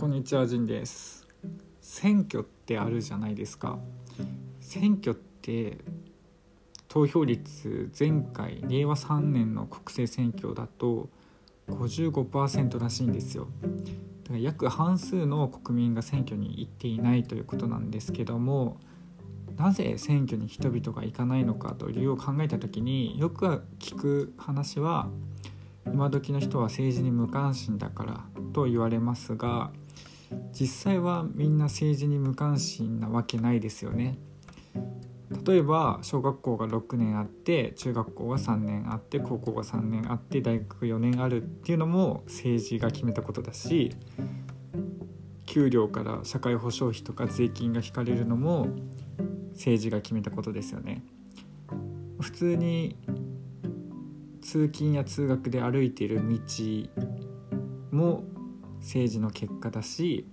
こんにちは、じんです。選挙ってあるじゃないですか。選挙って投票率、前回令和3年の国政選挙だと 55% らしいんですよ。だから約半数の国民が選挙に行っていないということなんですけども、なぜ選挙に人々が行かないのかという理由を考えたときに、よく聞く話は、今時の人は政治に無関心だからと言われますが、実際はみんな政治に無関心なわけないですよね。例えば小学校が6年あって、中学校が3年あって、高校が3年あって、大学が4年あるっていうのも政治が決めたことだし、給料から社会保障費とか税金が引かれるのも政治が決めたことですよね。普通に通勤や通学で歩いている道も政治の結果だし、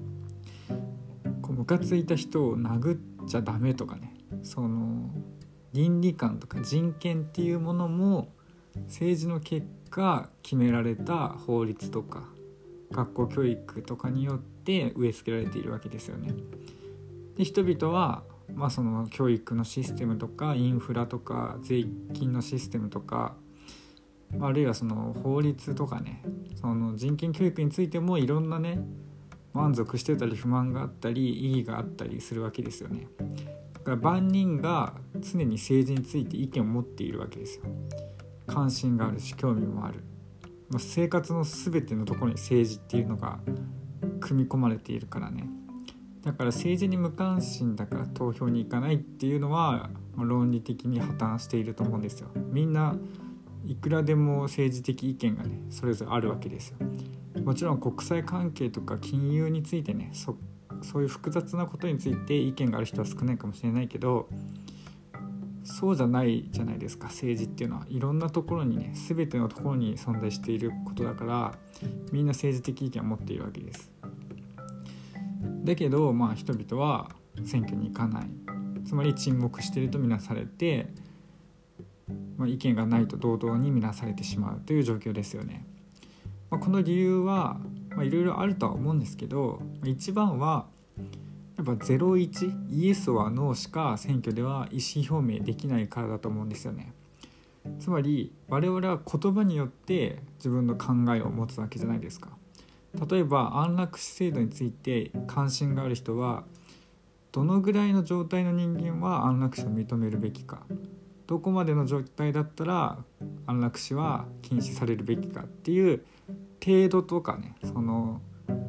ムカついた人を殴っちゃダメとかね、その倫理観とか人権っていうものも政治の結果決められた法律とか学校教育とかによって植え付けられているわけですよね。で、人々はその教育のシステムとかインフラとか税金のシステムとか、あるいはその法律とかね、その人権教育についてもいろんなね、満足してたり不満があったり異議があったりするわけですよね。だから万人が常に政治について意見を持っているわけですよ。関心があるし興味もある、生活の全てのところに政治っていうのが組み込まれているからね。だから政治に無関心だから投票に行かないっていうのは論理的に破綻していると思うんですよ。みんないくらでも政治的意見がねそれぞれあるわけですよ。もちろん国際関係とか金融についてね、そういう複雑なことについて意見がある人は少ないかもしれないけど、そうじゃないじゃないですか。政治っていうのはいろんなところにね、全てのところに存在していることだから、みんな政治的意見を持っているわけです。だけど人々は選挙に行かない、つまり沈黙しているとみなされて、意見がないと同等に見なされてしまうという状況ですよね。この理由はいろいろあるとは思うんですけど、一番はやっぱ01イエスはノーしか選挙では意思表明できないからだと思うんですよね。つまり我々は言葉によって自分の考えを持つわけじゃないですか。例えば安楽死制度について関心がある人は、どのぐらいの状態の人間は安楽死を認めるべきか、どこまでの状態だったら安楽死は禁止されるべきかっていう程度とかね、その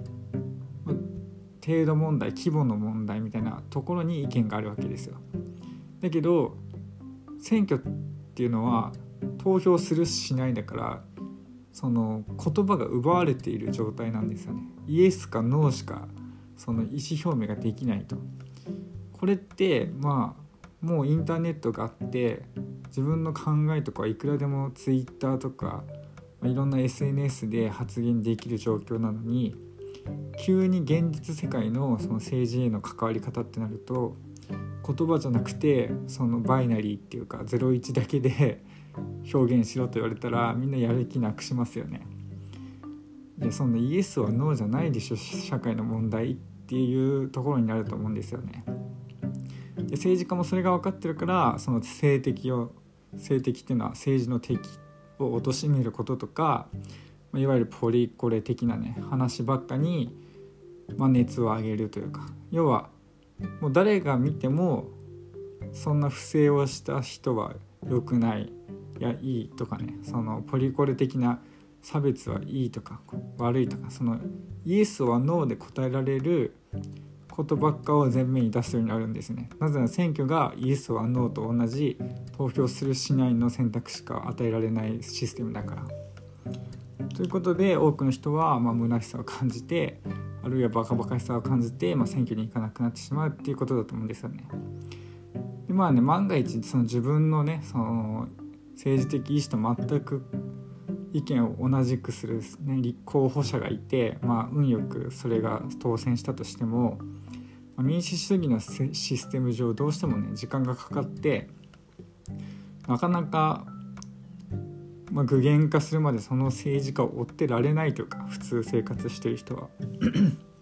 程度問題、規模の問題みたいなところに意見があるわけですよ。だけど選挙っていうのは投票するしないだから、その言葉が奪われている状態なんですよね。イエスかノーしかその意思表明ができないと。これってもうインターネットがあって自分の考えとかいくらでもツイッターとかいろんな SNS で発言できる状況なのに、急に現実世界のその政治への関わり方ってなると、言葉じゃなくてそのバイナリーっていうか01だけで表現しろと言われたらみんなやる気なくしますよね。で、そんなイエスはノーじゃないでしょ、社会の問題っていうところになると思うんですよね。で、政治家もそれが分かってるから、その政敵っていうのは政治の敵を貶めることとか、いわゆるポリコレ的なね話ばっかに、熱を上げるというか、要はもう誰が見てもそんな不正をした人は良くない、いやいいとかね、そのポリコレ的な差別はいいとか悪いとか、そのイエスはノーで答えられることばっかを前面に出すようになるんですね。なぜなら選挙がイエスはノーと同じ投票するしないの選択しか与えられないシステムだから。ということで多くの人は虚しさを感じて、あるいはバカバカしさを感じて、選挙に行かなくなってしまうっていうことだと思うんですよね。で万が一その自分のねその政治的意思と全く意見を同じくする、立候補者がいて、運よくそれが当選したとしても、民主主義のシステム上どうしてもね時間がかかって、なかなか具現化するまでその政治家を追ってられないというか、普通生活している人は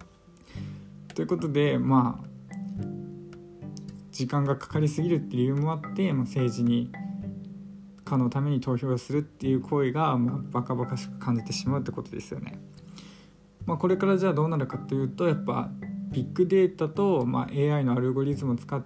ということで時間がかかりすぎるっていう理由もあって、政治にのために投票するっていう行為がバカバカしく感じてしまうってことですよね。これからじゃあどうなるかというと、やっぱビッグデータと、AI のアルゴリズムを使った、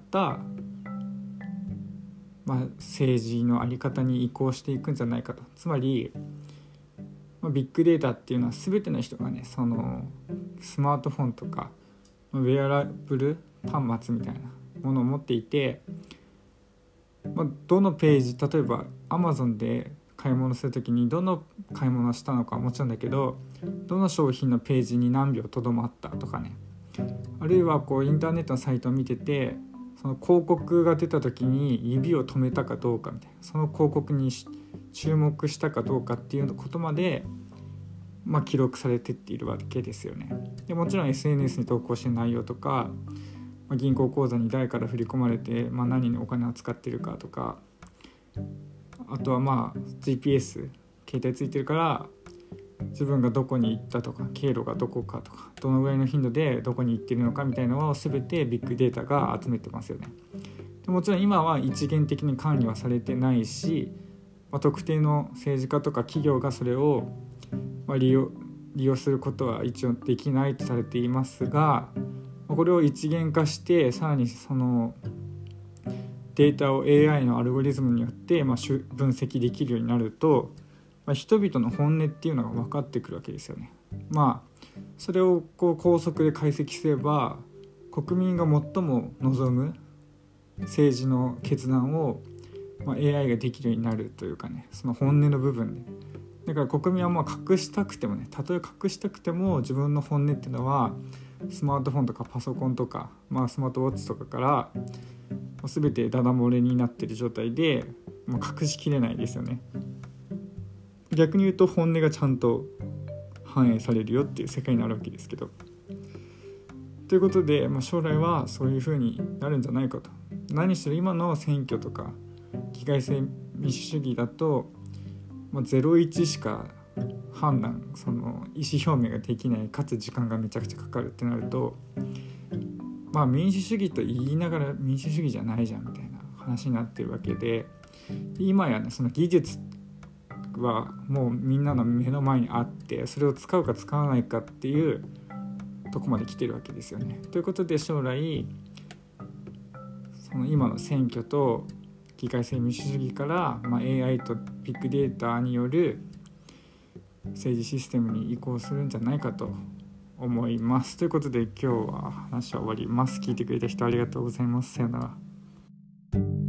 政治の在り方に移行していくんじゃないかと。つまり、ビッグデータっていうのは全ての人がね、そのスマートフォンとかウェアラブル端末みたいなものを持っていて、どのページ、例えば Amazon で買い物するときにどの買い物をしたのかはもちろんだけど、どの商品のページに何秒とどまったとかね、あるいはインターネットのサイトを見てて、その広告が出たときに指を止めたかどうかみたいな、その広告に注目したかどうかっていうことまで、記録されてっているわけですよね。でもちろん SNS に投稿している内容とか、銀行口座に誰から振り込まれて、何にお金を使っているかとか、あとはGPS 携帯ついてるから自分がどこに行ったとか、経路がどこかとか、どのぐらいの頻度でどこに行ってるのかみたいなのを全てビッグデータが集めてますよね。でもちろん今は一元的に管理はされてないし、特定の政治家とか企業がそれを利用することは一応できないとされていますが、これを一元化してさらにそのデータを AI のアルゴリズムによって分析できるようになると、人々の本音っていうのが分かってくるわけですよね。それを高速で解析すれば、国民が最も望む政治の決断を、AI ができるようになるというかね、その本音の部分で、だから国民は隠したくてもね、たとえ隠したくても自分の本音っていうのはスマートフォンとかパソコンとか、スマートウォッチとかから全てダダ漏れになっている状態で、隠しきれないですよね。逆に言うと本音がちゃんと反映されるよっていう世界になるわけですけど、ということで、将来はそういう風になるんじゃないかと。何しろ今の選挙とか議会制民主主義だと、0-1しかその意思表明ができない、かつ時間がめちゃくちゃかかるってなると、民主主義と言いながら民主主義じゃないじゃんみたいな話になってるわけで、今やね、その技術はもうみんなの目の前にあって、それを使うか使わないかっていうとこまで来てるわけですよね。ということで将来その今の選挙と議会制民主主義から、AI とビッグデータによる政治システムに移行するんじゃないかと思います。ということで今日は話は終わります。聞いてくれた人ありがとうございます。さよなら。